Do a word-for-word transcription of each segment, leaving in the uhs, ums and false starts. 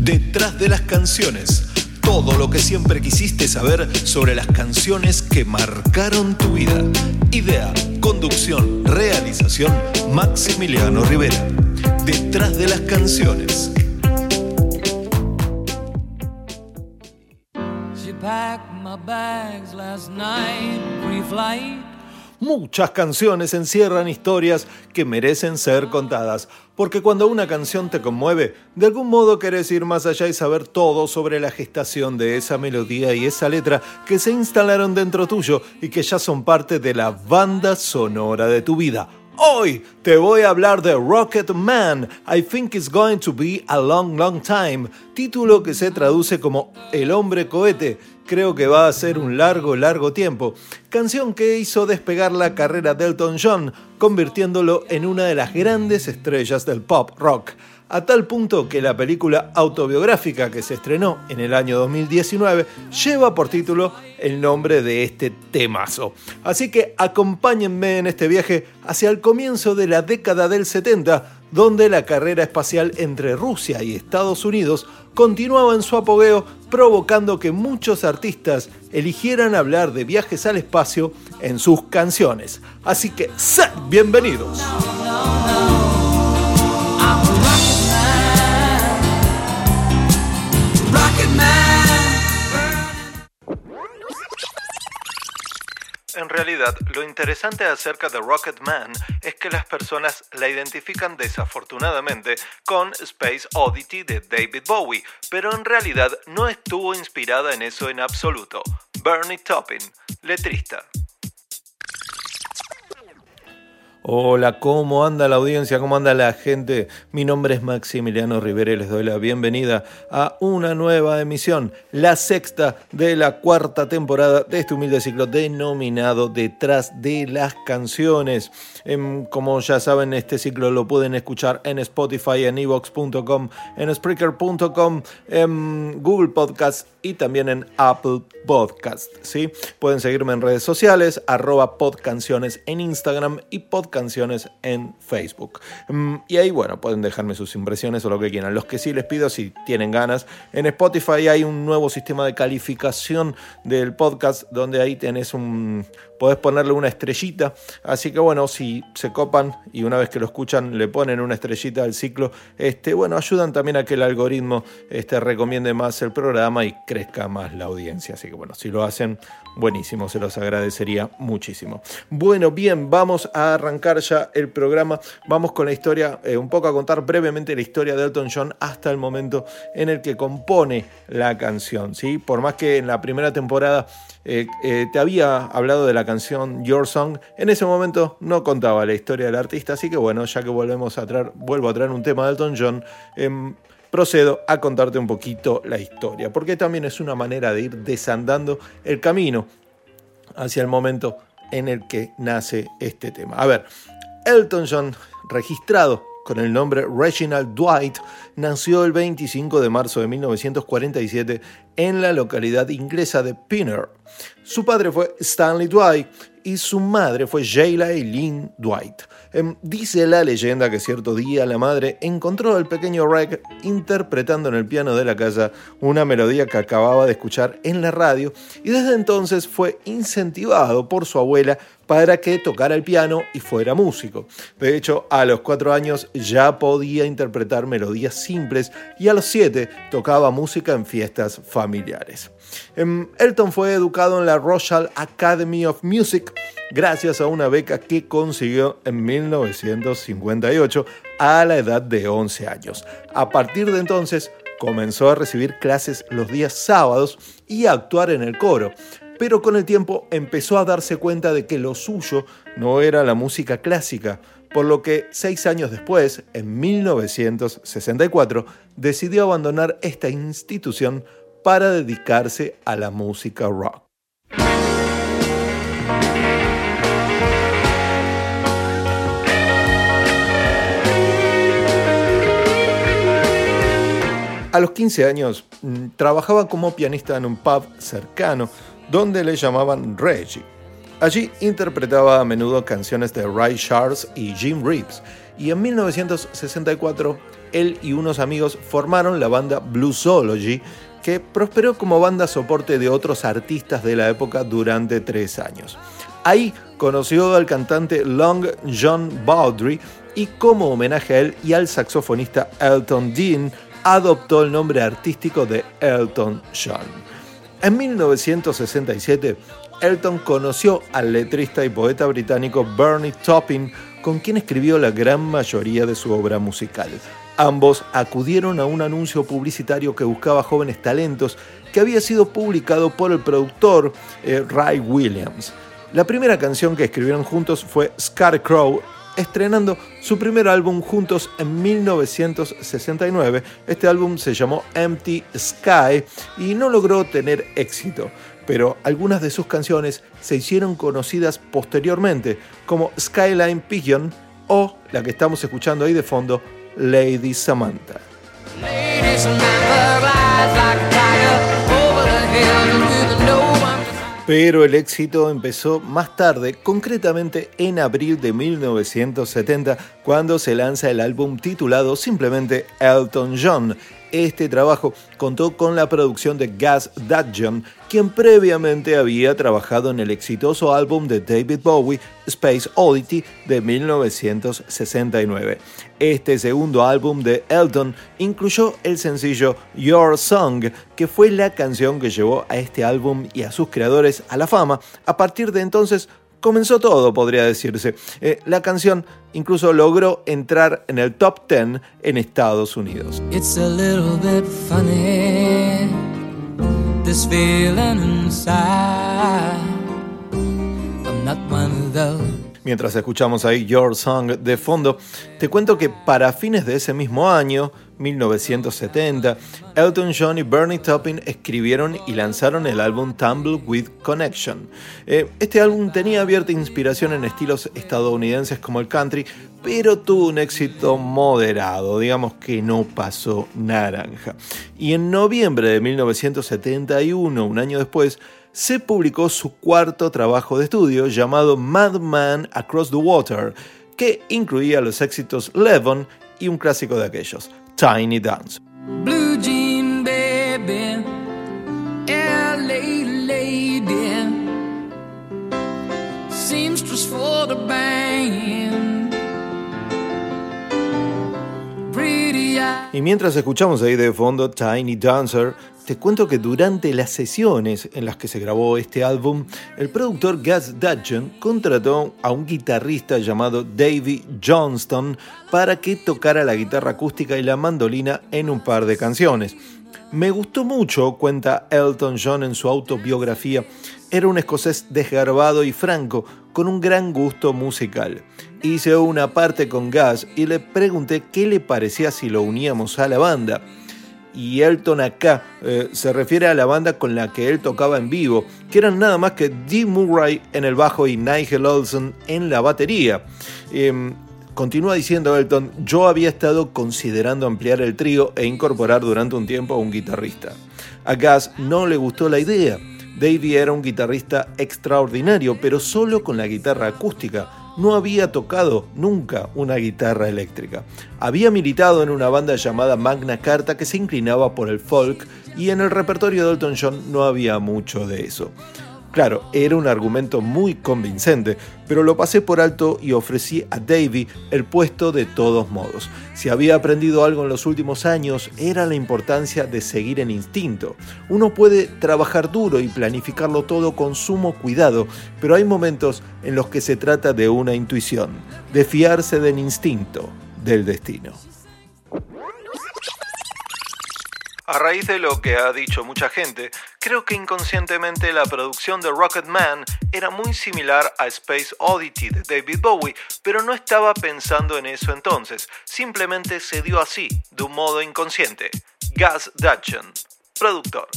Detrás de las canciones, todo lo que siempre quisiste saber sobre las canciones que marcaron tu vida. Idea, conducción, realización, Maximiliano Rivera. Detrás de las canciones. She packed my bags last night, pre-flight. Muchas canciones encierran historias que merecen ser contadas, porque cuando una canción te conmueve, de algún modo querés ir más allá y saber todo sobre la gestación de esa melodía y esa letra que se instalaron dentro tuyo y que ya son parte de la banda sonora de tu vida. Hoy te voy a hablar de Rocket Man, I Think It's Going to Be a Long, Long Time, título que se traduce como El hombre cohete. Creo que va a ser un largo, largo tiempo. Canción que hizo despegar la carrera de Elton John, convirtiéndolo en una de las grandes estrellas del pop rock. A tal punto que la película autobiográfica que se estrenó en el año dos mil diecinueve lleva por título el nombre de este temazo. Así que acompáñenme en este viaje hacia el comienzo de la década del setenta, donde la carrera espacial entre Rusia y Estados Unidos continuaba en su apogeo, provocando que muchos artistas eligieran hablar de viajes al espacio en sus canciones. Así que, ¡sed bienvenidos! En realidad, lo interesante acerca de Rocket Man es que las personas la identifican desafortunadamente con Space Oddity de David Bowie, pero en realidad no estuvo inspirada en eso en absoluto. Bernie Taupin, letrista. Hola, ¿cómo anda la audiencia? ¿Cómo anda la gente? Mi nombre es Maximiliano Rivera y les doy la bienvenida a una nueva emisión, la sexta de la cuarta temporada de este humilde ciclo denominado Detrás de las Canciones. Em, como ya saben, este ciclo lo pueden escuchar en Spotify, en evox punto com, en Spreaker punto com, en Google Podcast y también en Apple Podcast, ¿sí? Pueden seguirme en redes sociales, arroba podcanciones en Instagram y podcast canciones en Facebook. Y ahí, bueno, pueden dejarme sus impresiones o lo que quieran. Los que sí les pido, si tienen ganas, en Spotify hay un nuevo sistema de calificación del podcast donde ahí tenés un... podés ponerle una estrellita, así que bueno, si se copan y una vez que lo escuchan le ponen una estrellita al ciclo, este, bueno, ayudan también a que el algoritmo este, recomiende más el programa y crezca más la audiencia, así que bueno, si lo hacen, buenísimo, se los agradecería muchísimo. Bueno, bien, vamos a arrancar ya el programa, vamos con la historia, eh, un poco a contar brevemente la historia de Elton John hasta el momento en el que compone la canción, ¿sí? Por más que en la primera temporada eh, eh, te había hablado de la canción Your Song, en ese momento no contaba la historia del artista, así que bueno, ya que volvemos a traer, vuelvo a traer un tema de Elton John, eh, procedo a contarte un poquito la historia, porque también es una manera de ir desandando el camino hacia el momento en el que nace este tema. A ver, Elton John, registrado con el nombre Reginald Dwight, nació el veinticinco de marzo de mil novecientos cuarenta y siete en la localidad inglesa de Pinner. Su padre fue Stanley Dwight y su madre fue Jayla Eileen Dwight. Eh, dice la leyenda que cierto día la madre encontró al pequeño Reg interpretando en el piano de la casa una melodía que acababa de escuchar en la radio y desde entonces fue incentivado por su abuela para que tocara el piano y fuera músico. De hecho, a los cuatro años ya podía interpretar melodías simples y a los siete tocaba música en fiestas familiares. Um, Elton fue educado en la Royal Academy of Music gracias a una beca que consiguió en mil novecientos cincuenta y ocho a la edad de once años. A partir de entonces comenzó a recibir clases los días sábados y a actuar en el coro. Pero con el tiempo empezó a darse cuenta de que lo suyo no era la música clásica, por lo que seis años después, en mil novecientos sesenta y cuatro, decidió abandonar esta institución para dedicarse a la música rock. A los quince años, trabajaba como pianista en un pub cercano, donde le llamaban Reggie. Allí interpretaba a menudo canciones de Ray Charles y Jim Reeves, y en mil novecientos sesenta y cuatro él y unos amigos formaron la banda Bluesology, que prosperó como banda soporte de otros artistas de la época durante tres años. Ahí conoció al cantante Long John Baldry y como homenaje a él y al saxofonista Elton Dean, adoptó el nombre artístico de Elton John. En mil novecientos sesenta y siete, Elton conoció al letrista y poeta británico Bernie Taupin, con quien escribió la gran mayoría de su obra musical. Ambos acudieron a un anuncio publicitario que buscaba jóvenes talentos que había sido publicado por el productor eh, Ray Williams. La primera canción que escribieron juntos fue Scarecrow, estrenando su primer álbum juntos en mil novecientos sesenta y nueve. Este álbum se llamó Empty Sky y no logró tener éxito, pero algunas de sus canciones se hicieron conocidas posteriormente, como Skyline Pigeon o la que estamos escuchando ahí de fondo, Lady Samantha. Lady Samantha rides like a tiger over the hills with no one. Pero el éxito empezó más tarde, concretamente en abril de mil novecientos setenta, cuando se lanza el álbum titulado simplemente Elton John. Este trabajo contó con la producción de Gus Dudgeon, quien previamente había trabajado en el exitoso álbum de David Bowie, Space Oddity, de mil novecientos sesenta y nueve. Este segundo álbum de Elton incluyó el sencillo Your Song, que fue la canción que llevó a este álbum y a sus creadores a la fama. A partir de entonces comenzó todo, podría decirse. Eh, la canción incluso logró entrar en el top diez en Estados Unidos. It's a little bit funny, this feeling inside. I'm not one of those. Mientras escuchamos ahí Your Song de fondo, te cuento que para fines de ese mismo año, mil novecientos setenta, Elton John y Bernie Taupin escribieron y lanzaron el álbum Tumbleweed Connection. Eh, este álbum tenía abierta inspiración en estilos estadounidenses como el country, pero tuvo un éxito moderado, digamos que no pasó naranja. Y en noviembre de mil novecientos setenta y uno, un año después, se publicó su cuarto trabajo de estudio llamado Madman Across the Water, que incluía los éxitos Levon y un clásico de aquellos, Tiny Dancer. Blue jean baby, L A lady, seamstress for the band, pretty eye. Y mientras escuchamos ahí de fondo Tiny Dancer, te cuento que durante las sesiones en las que se grabó este álbum, el productor Gus Dudgeon contrató a un guitarrista llamado Davy Johnston para que tocara la guitarra acústica y la mandolina en un par de canciones. Me gustó mucho, cuenta Elton John en su autobiografía, era un escocés desgarbado y franco, con un gran gusto musical. Hice una parte con Gus y le pregunté qué le parecía si lo uníamos a la banda. Y Elton acá eh, se refiere a la banda con la que él tocaba en vivo, que eran nada más que Dee Murray en el bajo y Nigel Olsson en la batería. Eh, continúa diciendo Elton, yo había estado considerando ampliar el trío e incorporar durante un tiempo a un guitarrista. A Gus no le gustó la idea. Davey era un guitarrista extraordinario, pero solo con la guitarra acústica. No había tocado nunca una guitarra eléctrica. Había militado en una banda llamada Magna Carta que se inclinaba por el folk y en el repertorio de Elton John no había mucho de eso. Claro, era un argumento muy convincente, pero lo pasé por alto y ofrecí a Davey el puesto de todos modos. Si había aprendido algo en los últimos años, era la importancia de seguir en instinto. Uno puede trabajar duro y planificarlo todo con sumo cuidado, pero hay momentos en los que se trata de una intuición, de fiarse del instinto, del destino. A raíz de lo que ha dicho mucha gente, creo que inconscientemente la producción de Rocketman era muy similar a Space Oddity de David Bowie, pero no estaba pensando en eso entonces, simplemente se dio así, de un modo inconsciente. Gus Dudgeon, productor.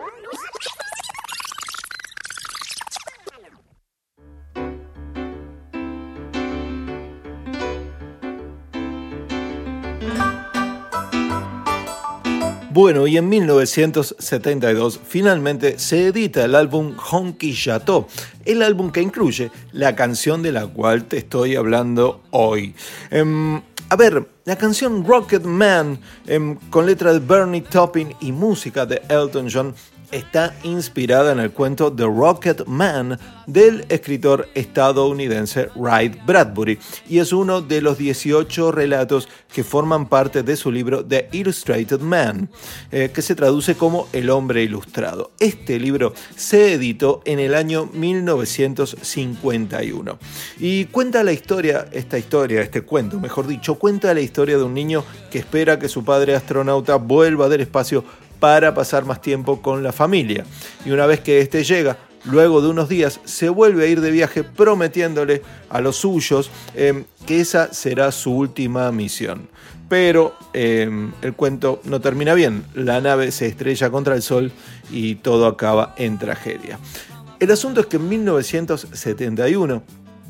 Bueno, y en mil novecientos setenta y dos finalmente se edita el álbum Honky Chateau, el álbum que incluye la canción de la cual te estoy hablando hoy. Um, a ver, la canción Rocket Man, eh, con letra de Bernie Taupin y música de Elton John, está inspirada en el cuento The Rocket Man del escritor estadounidense Ray Bradbury y es uno de los dieciocho relatos que forman parte de su libro The Illustrated Man, eh, que se traduce como El hombre ilustrado. Este libro se editó en el año mil novecientos cincuenta y uno y cuenta la historia, esta historia, este cuento, mejor dicho, cuenta la historia de un niño que espera que su padre astronauta vuelva del espacio para pasar más tiempo con la familia. Y una vez que éste llega, luego de unos días, se vuelve a ir de viaje prometiéndole a los suyos eh, que esa será su última misión. Pero eh, el cuento no termina bien. La nave se estrella contra el sol y todo acaba en tragedia. El asunto es que en mil novecientos setenta y uno,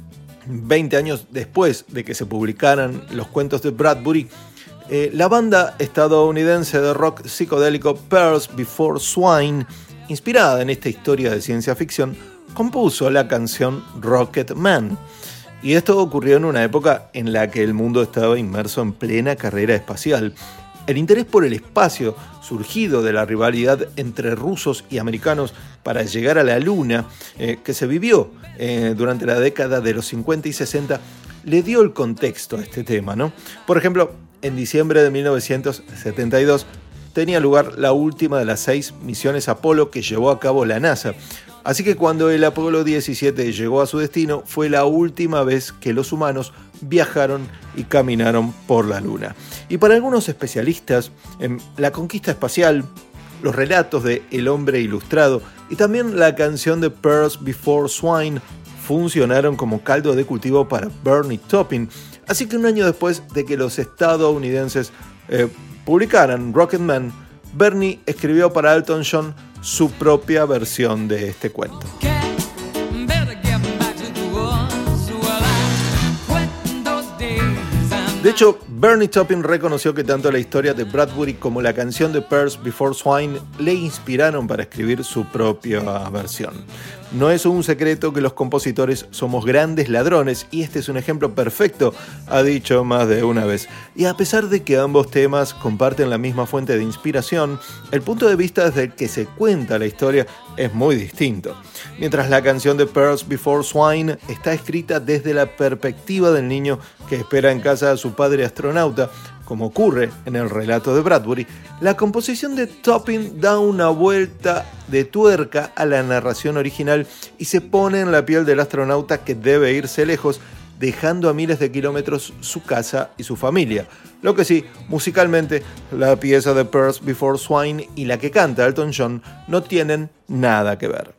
veinte años después de que se publicaran los cuentos de Bradbury, Eh, la banda estadounidense de rock psicodélico Pearls Before Swine, inspirada en esta historia de ciencia ficción, compuso la canción Rocket Man. Y esto ocurrió en una época en la que el mundo estaba inmerso en plena carrera espacial. El interés por el espacio, surgido de la rivalidad entre rusos y americanos para llegar a la Luna, eh, que se vivió eh, durante la década de los cincuenta y sesenta, le dio el contexto a este tema, ¿no? Por ejemplo, en diciembre de mil novecientos setenta y dos tenía lugar la última de las seis misiones Apolo que llevó a cabo la NASA. Así que cuando el Apolo diecisiete llegó a su destino, fue la última vez que los humanos viajaron y caminaron por la Luna. Y para algunos especialistas, en la conquista espacial, los relatos de El hombre ilustrado y también la canción de Pearls Before Swine funcionaron como caldo de cultivo para Bernie Taupin. Así que un año después de que los estadounidenses eh, publicaran Rocket Man, Bernie escribió para Elton John su propia versión de este cuento. De hecho, Bernie Taupin reconoció que tanto la historia de Bradbury como la canción de Pearls Before Swine le inspiraron para escribir su propia versión. No es un secreto que los compositores somos grandes ladrones y este es un ejemplo perfecto, ha dicho más de una vez. Y a pesar de que ambos temas comparten la misma fuente de inspiración, el punto de vista desde el que se cuenta la historia es muy distinto. Mientras la canción de Pearls Before Swine está escrita desde la perspectiva del niño que espera en casa a su padre astronauta, como ocurre en el relato de Bradbury, la composición de Taupin da una vuelta de tuerca a la narración original y se pone en la piel del astronauta que debe irse lejos, dejando a miles de kilómetros su casa y su familia. Lo que sí, musicalmente, la pieza de Pearls Before Swine y la que canta Elton John no tienen nada que ver.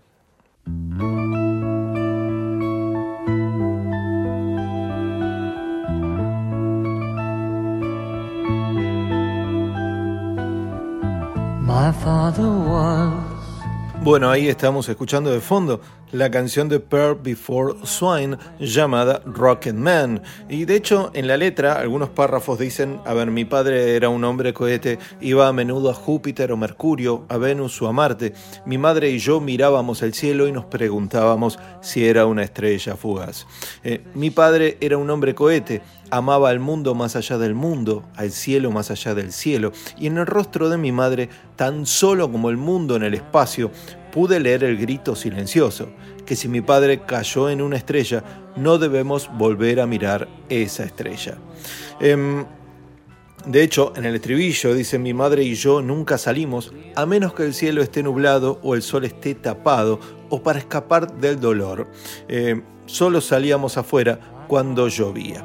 My father was. Bueno, ahí estamos escuchando de fondo la canción de Pearl Before Swine llamada Rocket Man. Y de hecho, en la letra, algunos párrafos dicen: a ver, mi padre era un hombre cohete, iba a menudo a Júpiter o Mercurio, a Venus o a Marte. Mi madre y yo mirábamos el cielo y nos preguntábamos si era una estrella fugaz. Eh, mi padre era un hombre cohete, amaba al mundo más allá del mundo, al cielo más allá del cielo, y en el rostro de mi madre, tan solo como el mundo en el espacio, pude leer el grito silencioso, que si mi padre cayó en una estrella, no debemos volver a mirar esa estrella. Eh, de hecho, en el estribillo dice: mi madre y yo nunca salimos, a menos que el cielo esté nublado o el sol esté tapado, o para escapar del dolor. Eh, solo salíamos afuera cuando llovía.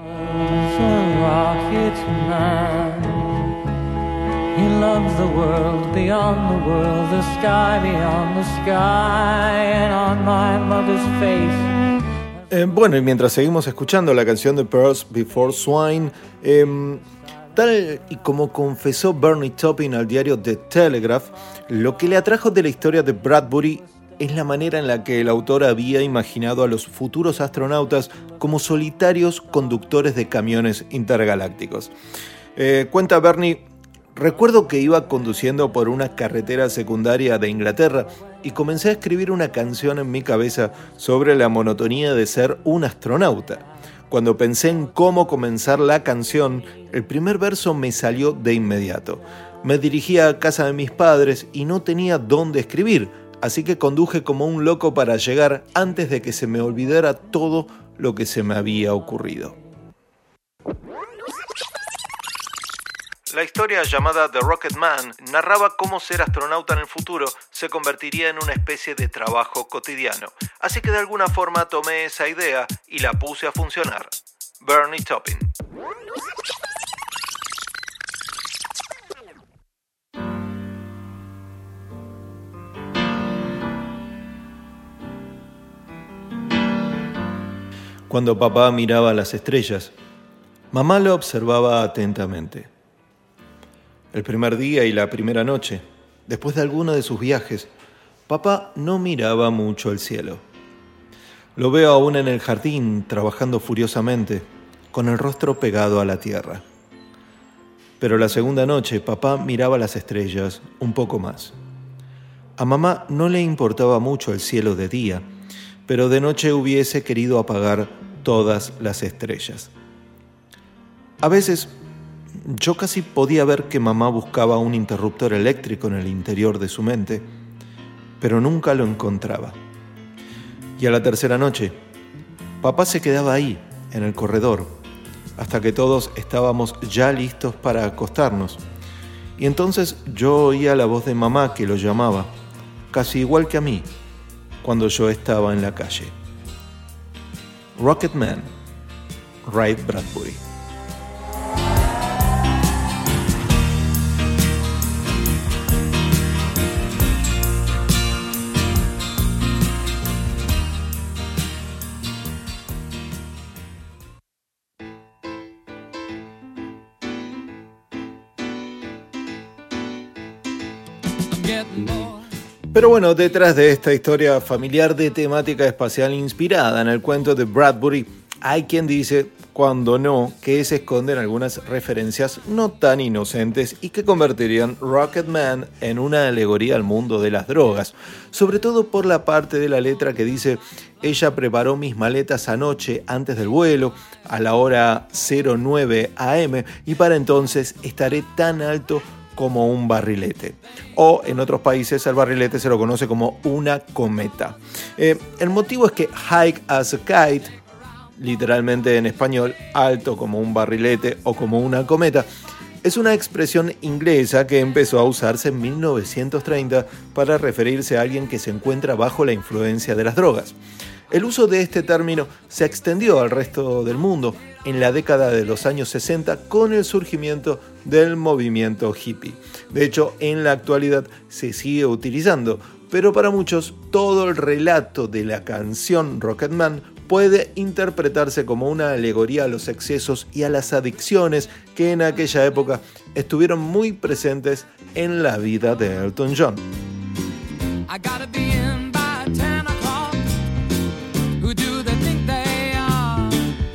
He loves the world beyond the world, the sky beyond the sky, and on my mother's face. Eh, bueno, y mientras seguimos escuchando la canción de Pearls Before Swine, eh, tal y como confesó Bernie Taupin al diario The Telegraph, lo que le atrajo de la historia de Bradbury es la manera en la que el autor había imaginado a los futuros astronautas como solitarios conductores de camiones intergalácticos. Eh, cuenta Bernie: recuerdo que iba conduciendo por una carretera secundaria de Inglaterra y comencé a escribir una canción en mi cabeza sobre la monotonía de ser un astronauta. Cuando pensé en cómo comenzar la canción, el primer verso me salió de inmediato. Me dirigía a casa de mis padres y no tenía dónde escribir, así que conduje como un loco para llegar antes de que se me olvidara todo lo que se me había ocurrido. La historia llamada The Rocket Man narraba cómo ser astronauta en el futuro se convertiría en una especie de trabajo cotidiano. Así que de alguna forma tomé esa idea y la puse a funcionar. Bernie Taupin. Cuando papá miraba las estrellas, mamá lo observaba atentamente. El primer día y la primera noche, después de alguno de sus viajes, papá no miraba mucho el cielo. Lo veo aún en el jardín, trabajando furiosamente, con el rostro pegado a la tierra. Pero la segunda noche, papá miraba las estrellas un poco más. A mamá no le importaba mucho el cielo de día, pero de noche hubiese querido apagar todas las estrellas. A veces, yo casi podía ver que mamá buscaba un interruptor eléctrico en el interior de su mente, pero nunca lo encontraba. Y a la tercera noche, papá se quedaba ahí, en el corredor, hasta que todos estábamos ya listos para acostarnos. Y entonces yo oía la voz de mamá que lo llamaba, casi igual que a mí, cuando yo estaba en la calle. Rocket Man, Ray Bradbury. Pero bueno, detrás de esta historia familiar de temática espacial inspirada en el cuento de Bradbury, hay quien dice, cuando no, que se esconden algunas referencias no tan inocentes y que convertirían Rocket Man en una alegoría al mundo de las drogas, sobre todo por la parte de la letra que dice: ella preparó mis maletas anoche antes del vuelo, a la hora cero nueve a eme, y para entonces estaré tan alto como un barrilete. O en otros países al barrilete se lo conoce como una cometa. Eh, el motivo es que high as a kite, literalmente en español, alto como un barrilete o como una cometa, es una expresión inglesa que empezó a usarse en mil novecientos treinta para referirse a alguien que se encuentra bajo la influencia de las drogas. El uso de este término se extendió al resto del mundo en la década de los años sesenta con el surgimiento del movimiento hippie. De hecho, en la actualidad se sigue utilizando, pero para muchos todo el relato de la canción Rocket Man puede interpretarse como una alegoría a los excesos y a las adicciones que en aquella época estuvieron muy presentes en la vida de Elton John. I gotta be in by ten o'clock. Who do they think they are?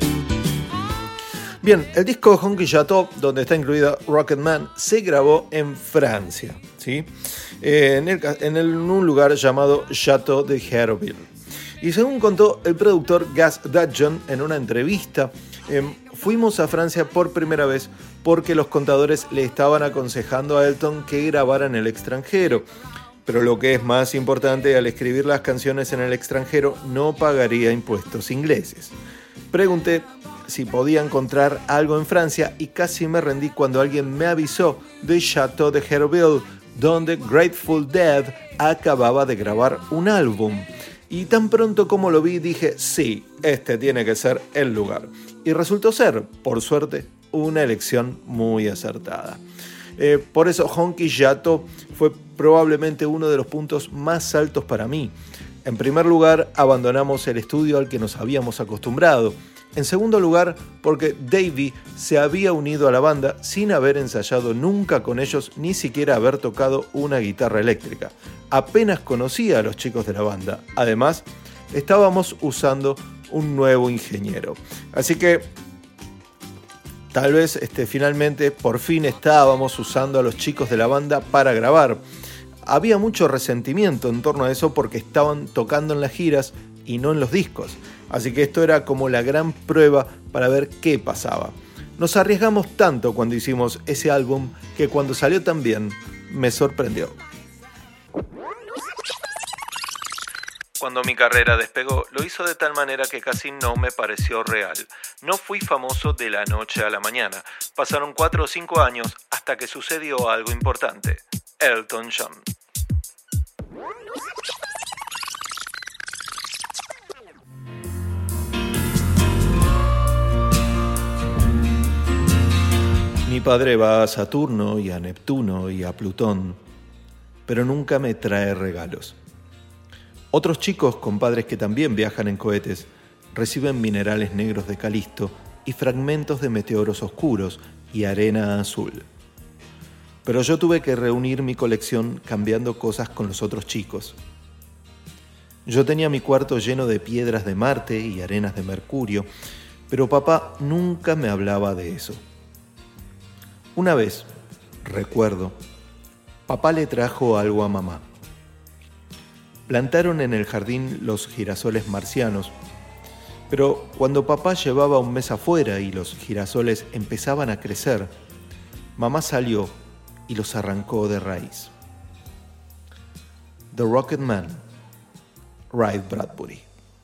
Bien, el disco Honky Chateau, donde está incluida Rocket Man, se grabó en Francia, ¿sí? Eh, en, el, en, el, en un lugar llamado Château de Hérouville. Y según contó el productor Gus Dudgeon en una entrevista, eh, fuimos a Francia por primera vez porque los contadores le estaban aconsejando a Elton que grabara en el extranjero. Pero lo que es más importante, al escribir las canciones en el extranjero no pagaría impuestos ingleses. Pregunté si podía encontrar algo en Francia y casi me rendí cuando alguien me avisó de Château de Hérouville, donde Grateful Dead acababa de grabar un álbum. Y tan pronto como lo vi dije, sí, este tiene que ser el lugar. Y resultó ser, por suerte, una elección muy acertada. Eh, por eso Honky Chateau fue probablemente uno de los puntos más altos para mí. En primer lugar, abandonamos el estudio al que nos habíamos acostumbrado. En segundo lugar, porque Davey se había unido a la banda sin haber ensayado nunca con ellos, ni siquiera haber tocado una guitarra eléctrica. Apenas conocía a los chicos de la banda. Además, estábamos usando un nuevo ingeniero. Así que tal vez este, finalmente, por fin estábamos usando a los chicos de la banda para grabar. Había mucho resentimiento en torno a eso porque estaban tocando en las giras y no en los discos. Así que esto era como la gran prueba para ver qué pasaba. Nos arriesgamos tanto cuando hicimos ese álbum que cuando salió tan bien, me sorprendió. Cuando mi carrera despegó, lo hizo de tal manera que casi no me pareció real. No fui famoso de la noche a la mañana. Pasaron cuatro o cinco años hasta que sucedió algo importante. Elton John. Mi padre va a Saturno y a Neptuno y a Plutón, pero nunca me trae regalos. Otros chicos con padres que también viajan en cohetes reciben minerales negros de Calisto y fragmentos de meteoros oscuros y arena azul. Pero yo tuve que reunir mi colección cambiando cosas con los otros chicos. Yo tenía mi cuarto lleno de piedras de Marte y arenas de Mercurio, pero papá nunca me hablaba de eso. Una vez, recuerdo, papá le trajo algo a mamá. Plantaron en el jardín los girasoles marcianos, pero cuando papá llevaba un mes afuera y los girasoles empezaban a crecer, mamá salió y los arrancó de raíz. The Rocket Man, Ray Bradbury.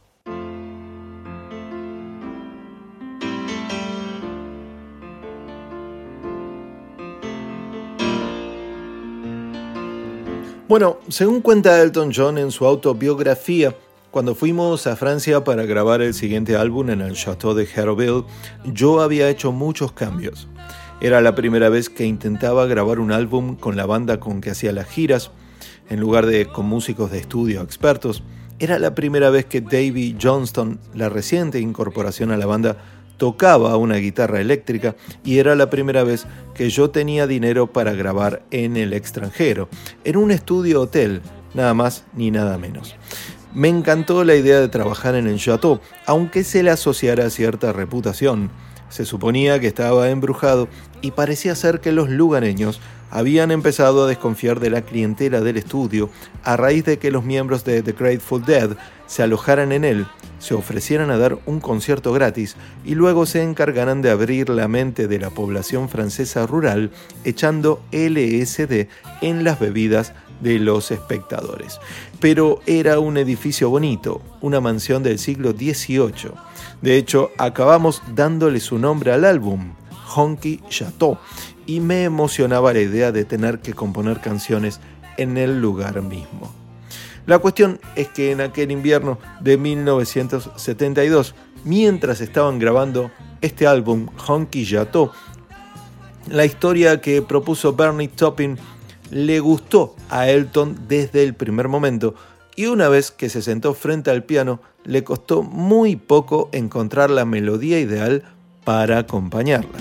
Bueno, según cuenta Elton John en su autobiografía, cuando fuimos a Francia para grabar el siguiente álbum en el Château de Hérouville, yo había hecho muchos cambios. Era la primera vez que intentaba grabar un álbum con la banda con que hacía las giras, en lugar de con músicos de estudio expertos. Era la primera vez que Davey Johnstone, la reciente incorporación a la banda, tocaba una guitarra eléctrica y era la primera vez que yo tenía dinero para grabar en el extranjero, en un estudio hotel, nada más ni nada menos. Me encantó la idea de trabajar en el Château, aunque se le asociara cierta reputación. Se suponía que estaba embrujado y parecía ser que los lugareños habían empezado a desconfiar de la clientela del estudio a raíz de que los miembros de The Grateful Dead se alojaran en él, se ofrecieran a dar un concierto gratis y luego se encargaran de abrir la mente de la población francesa rural echando L S D en las bebidas de los espectadores. Pero era un edificio bonito, una mansión del siglo dieciocho. De hecho, acabamos dándole su nombre al álbum, Honky Château, y me emocionaba la idea de tener que componer canciones en el lugar mismo. La cuestión es que en aquel invierno de mil novecientos setenta y dos, mientras estaban grabando este álbum, Honky Château, la historia que propuso Bernie Taupin le gustó a Elton desde el primer momento y una vez que se sentó frente al piano, le costó muy poco encontrar la melodía ideal para acompañarla.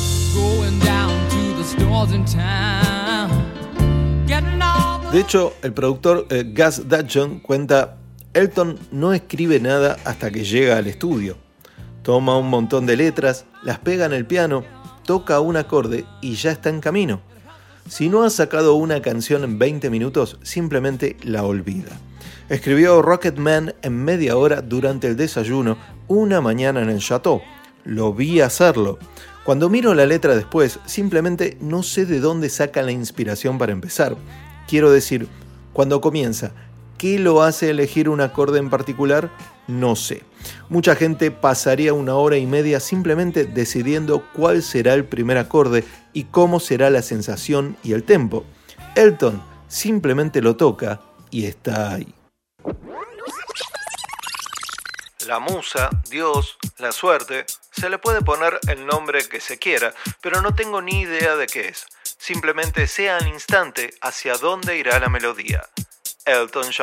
De hecho, el productor eh, Gus Dudgeon cuenta, Elton no escribe nada hasta que llega al estudio. Toma un montón de letras, las pega en el piano, toca un acorde y ya está en camino. Si no ha sacado una canción en veinte minutos, simplemente la olvida. Escribió Rocket Man en media hora durante el desayuno, una mañana en el Château. Lo vi hacerlo. Cuando miro la letra después, simplemente no sé de dónde saca la inspiración para empezar. Quiero decir, cuando comienza, ¿qué lo hace elegir un acorde en particular? No sé. Mucha gente pasaría una hora y media simplemente decidiendo cuál será el primer acorde y cómo será la sensación y el tempo. Elton simplemente lo toca y está ahí. La musa, Dios, la suerte, se le puede poner el nombre que se quiera, pero no tengo ni idea de qué es. Simplemente sé al instante hacia dónde irá la melodía. Elton John.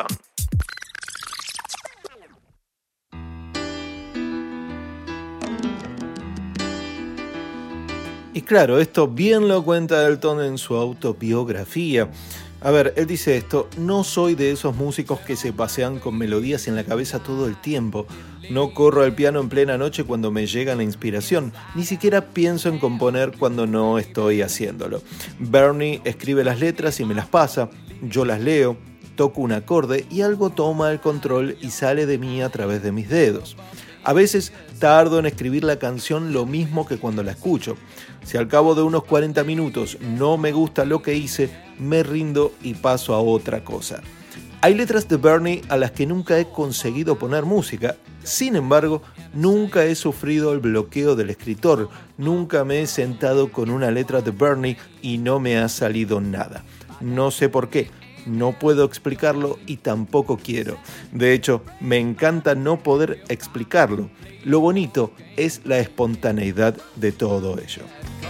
Y claro, esto bien lo cuenta Elton en su autobiografía. A ver, él dice esto, no soy de esos músicos que se pasean con melodías en la cabeza todo el tiempo. No corro al piano en plena noche cuando me llega la inspiración. Ni siquiera pienso en componer cuando no estoy haciéndolo. Bernie escribe las letras y me las pasa. Yo las leo, toco un acorde y algo toma el control y sale de mí a través de mis dedos. A veces tardo en escribir la canción lo mismo que cuando la escucho. Si al cabo de unos cuarenta minutos no me gusta lo que hice, me rindo y paso a otra cosa. Hay letras de Bernie a las que nunca he conseguido poner música. Sin embargo, nunca he sufrido el bloqueo del escritor. Nunca me he sentado con una letra de Bernie y no me ha salido nada. No sé por qué. No puedo explicarlo y tampoco quiero. De hecho, me encanta no poder explicarlo. Lo bonito es la espontaneidad de todo ello.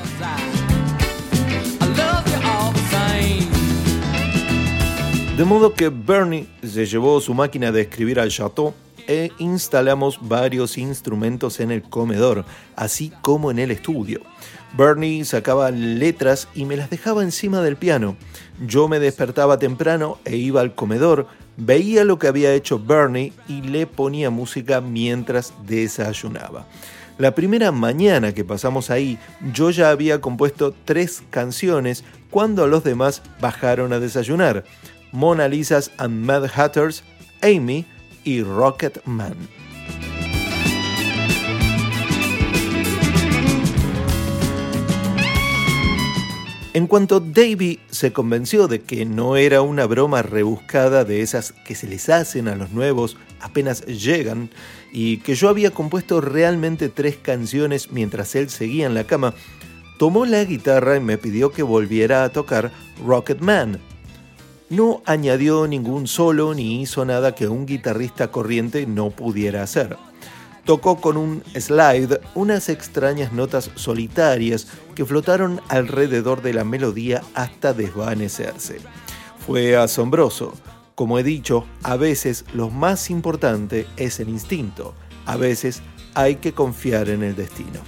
De modo que Bernie se llevó su máquina de escribir al Chateau e instalamos varios instrumentos en el comedor, así como en el estudio. Bernie sacaba letras y me las dejaba encima del piano. Yo me despertaba temprano e iba al comedor, veía lo que había hecho Bernie y le ponía música mientras desayunaba. La primera mañana que pasamos ahí, yo ya había compuesto tres canciones cuando los demás bajaron a desayunar: Mona Lisa's and Mad Hatters, Amy y Rocket Man. En cuanto Davey se convenció de que no era una broma rebuscada de esas que se les hacen a los nuevos apenas llegan y que yo había compuesto realmente tres canciones mientras él seguía en la cama, tomó la guitarra y me pidió que volviera a tocar Rocket Man. No añadió ningún solo ni hizo nada que un guitarrista corriente no pudiera hacer. Tocó con un slide unas extrañas notas solitarias que flotaron alrededor de la melodía hasta desvanecerse. Fue asombroso. Como he dicho, a veces lo más importante es el instinto. A veces hay que confiar en el destino.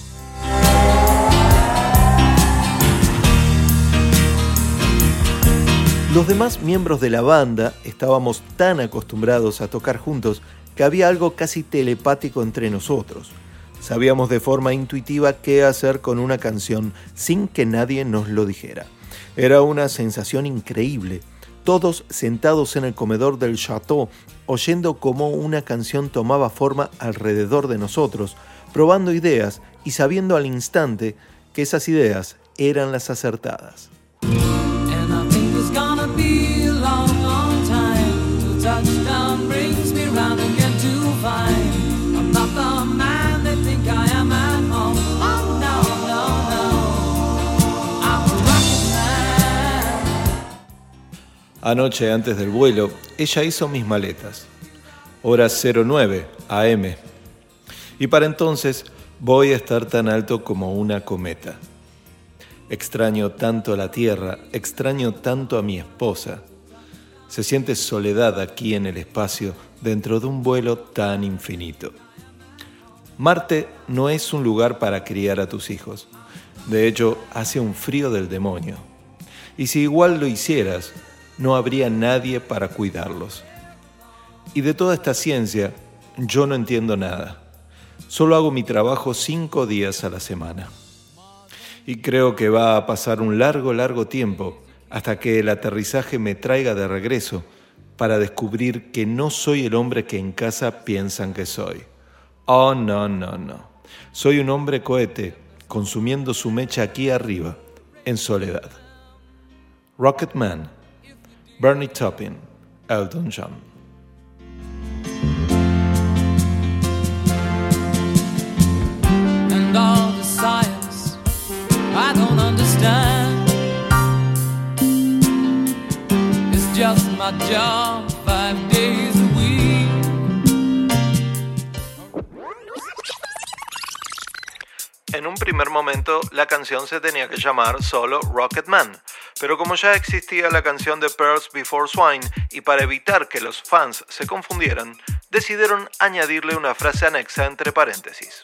Los demás miembros de la banda estábamos tan acostumbrados a tocar juntos que había algo casi telepático entre nosotros. Sabíamos de forma intuitiva qué hacer con una canción sin que nadie nos lo dijera. Era una sensación increíble, todos sentados en el comedor del Chateau, oyendo cómo una canción tomaba forma alrededor de nosotros, probando ideas y sabiendo al instante que esas ideas eran las acertadas. Anoche, antes del vuelo, ella hizo mis maletas. Hora cero nueve a eme. Y para entonces voy a estar tan alto como una cometa. Extraño tanto a la tierra, extraño tanto a mi esposa. Se siente soledad aquí en el espacio dentro de un vuelo tan infinito. Marte no es un lugar para criar a tus hijos. De hecho, hace un frío del demonio. Y si igual lo hicieras, no habría nadie para cuidarlos. Y de toda esta ciencia, yo no entiendo nada. Solo hago mi trabajo cinco días a la semana. Y creo que va a pasar un largo, largo tiempo hasta que el aterrizaje me traiga de regreso para descubrir que no soy el hombre que en casa piensan que soy. Oh, no, no, no. Soy un hombre cohete consumiendo su mecha aquí arriba, en soledad. Rocket Man, Bernie Taupin, Elton John. And all the science I don't understand. It's just my job five days a week. En un primer momento, la canción se tenía que llamar solo Rocket Man, pero como ya existía la canción de Pearls Before Swine y para evitar que los fans se confundieran, decidieron añadirle una frase anexa entre paréntesis.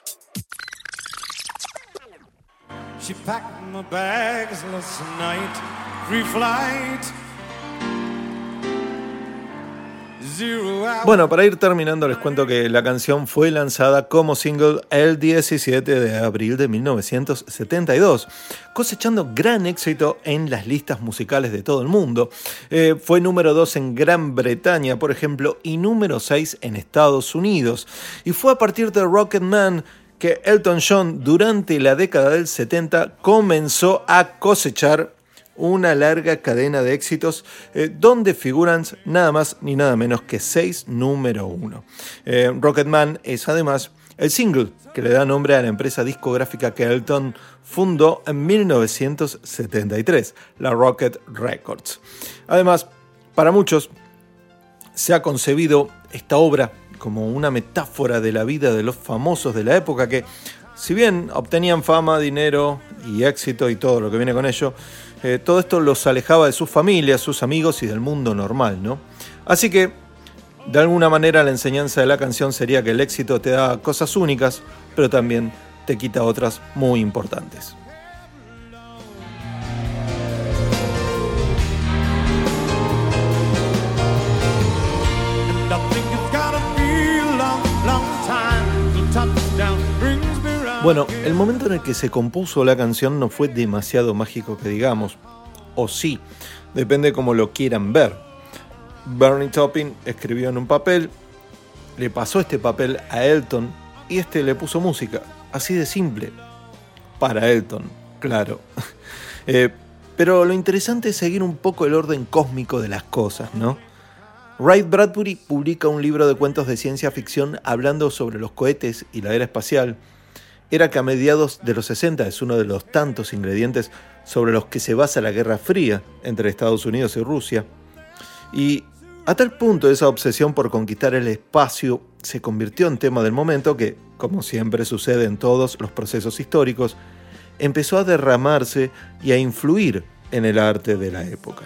She packed my bags last night, free flight. zero hour. Bueno, para ir terminando les cuento que la canción fue lanzada como single el diecisiete de abril de mil novecientos setenta y dos, cosechando gran éxito en las listas musicales de todo el mundo. Eh, fue número dos en Gran Bretaña, por ejemplo, y número seis en Estados Unidos. Y fue a partir de Rocket Man que Elton John durante la década del setenta comenzó a cosechar una larga cadena de éxitos eh, donde figuran nada más ni nada menos que seis número uno. Eh, Rocket Man es además el single que le da nombre a la empresa discográfica que Elton fundó en mil novecientos setenta y tres, la Rocket Records. Además, para muchos se ha concebido esta obra como una metáfora de la vida de los famosos de la época que, si bien obtenían fama, dinero y éxito y todo lo que viene con ello, eh, todo esto los alejaba de sus familias, sus amigos y del mundo normal, ¿no? Así que, de alguna manera, la enseñanza de la canción sería que el éxito te da cosas únicas, pero también te quita otras muy importantes. Bueno, el momento en el que se compuso la canción no fue demasiado mágico que digamos, o sí, depende cómo lo quieran ver. Bernie Taupin escribió en un papel, le pasó este papel a Elton y este le puso música, así de simple, para Elton, claro. eh, pero lo interesante es seguir un poco el orden cósmico de las cosas, ¿no? Ray Bradbury publica un libro de cuentos de ciencia ficción hablando sobre los cohetes y la era espacial. Era que a mediados de los sesenta es uno de los tantos ingredientes sobre los que se basa la Guerra Fría entre Estados Unidos y Rusia. Y a tal punto esa obsesión por conquistar el espacio se convirtió en tema del momento que, como siempre sucede en todos los procesos históricos, empezó a derramarse y a influir en el arte de la época.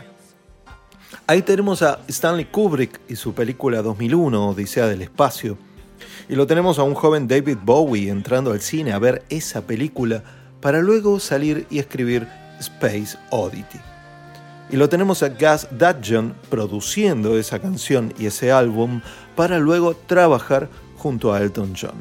Ahí tenemos a Stanley Kubrick y su película dos mil uno, Odisea del Espacio. Y lo tenemos a un joven David Bowie entrando al cine a ver esa película para luego salir y escribir Space Oddity. Y lo tenemos a Gus Dudgeon produciendo esa canción y ese álbum para luego trabajar junto a Elton John.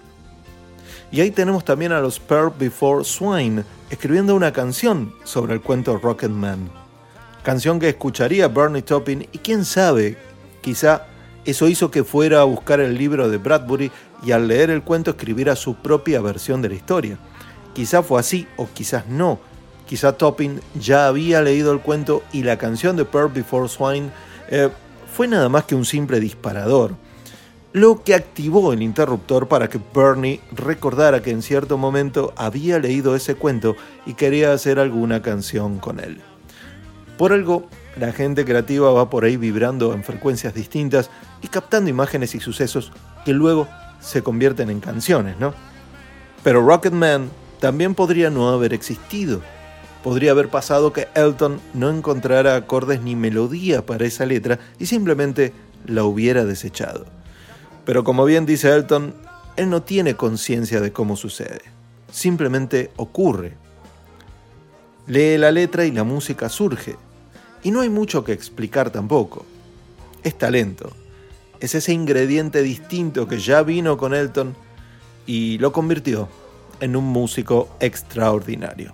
Y ahí tenemos también a los Pearl Before Swine escribiendo una canción sobre el cuento Rocket Man. Canción que escucharía Bernie Taupin y quién sabe, quizá eso hizo que fuera a buscar el libro de Bradbury y al leer el cuento escribiera su propia versión de la historia. Quizá fue así o quizás no. Quizá Taupin ya había leído el cuento y la canción de Pearl Before Swine eh, fue nada más que un simple disparador, lo que activó el interruptor para que Bernie recordara que en cierto momento había leído ese cuento y quería hacer alguna canción con él. Por algo, la gente creativa va por ahí vibrando en frecuencias distintas y captando imágenes y sucesos que luego se convierten en canciones, ¿no? Pero Rocket Man también podría no haber existido. Podría haber pasado que Elton no encontrara acordes ni melodía para esa letra y simplemente la hubiera desechado. Pero como bien dice Elton, él no tiene conciencia de cómo sucede. Simplemente ocurre. Lee la letra y la música surge. Y no hay mucho que explicar tampoco. Es talento. Es ese ingrediente distinto que ya vino con Elton y lo convirtió en un músico extraordinario.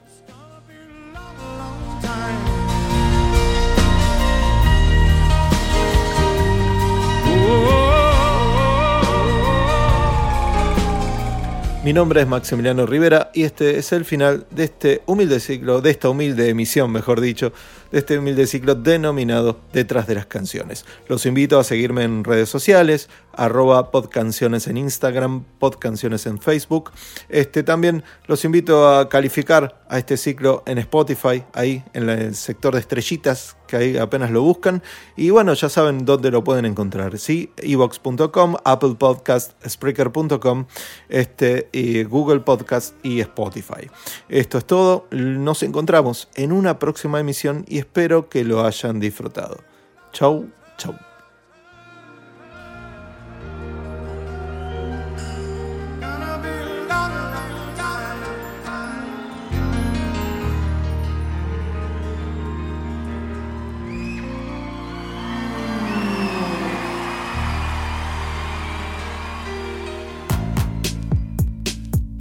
Mi nombre es Maximiliano Rivera y este es el final de este humilde ciclo, de esta humilde emisión, mejor dicho, de este humilde ciclo denominado Detrás de las Canciones. Los invito a seguirme en redes sociales, arroba podcanciones en Instagram, podcanciones en Facebook. Este, también los invito a calificar a este ciclo en Spotify, ahí en el sector de estrellitas, que ahí apenas lo buscan. Y bueno, ya saben dónde lo pueden encontrar, ¿sí? iVoox punto com, Apple Podcast, Spreaker punto com, este, y Google Podcast y Spotify. Esto es todo. Nos encontramos en una próxima emisión y espero que lo hayan disfrutado. Chau, chau.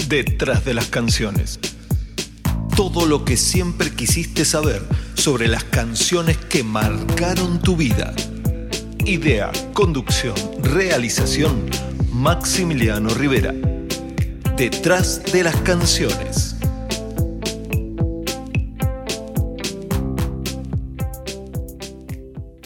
Detrás de las canciones. Todo lo que siempre quisiste saber sobre las canciones que marcaron tu vida. Idea, conducción, realización, Maximiliano Rivera. Detrás de las canciones.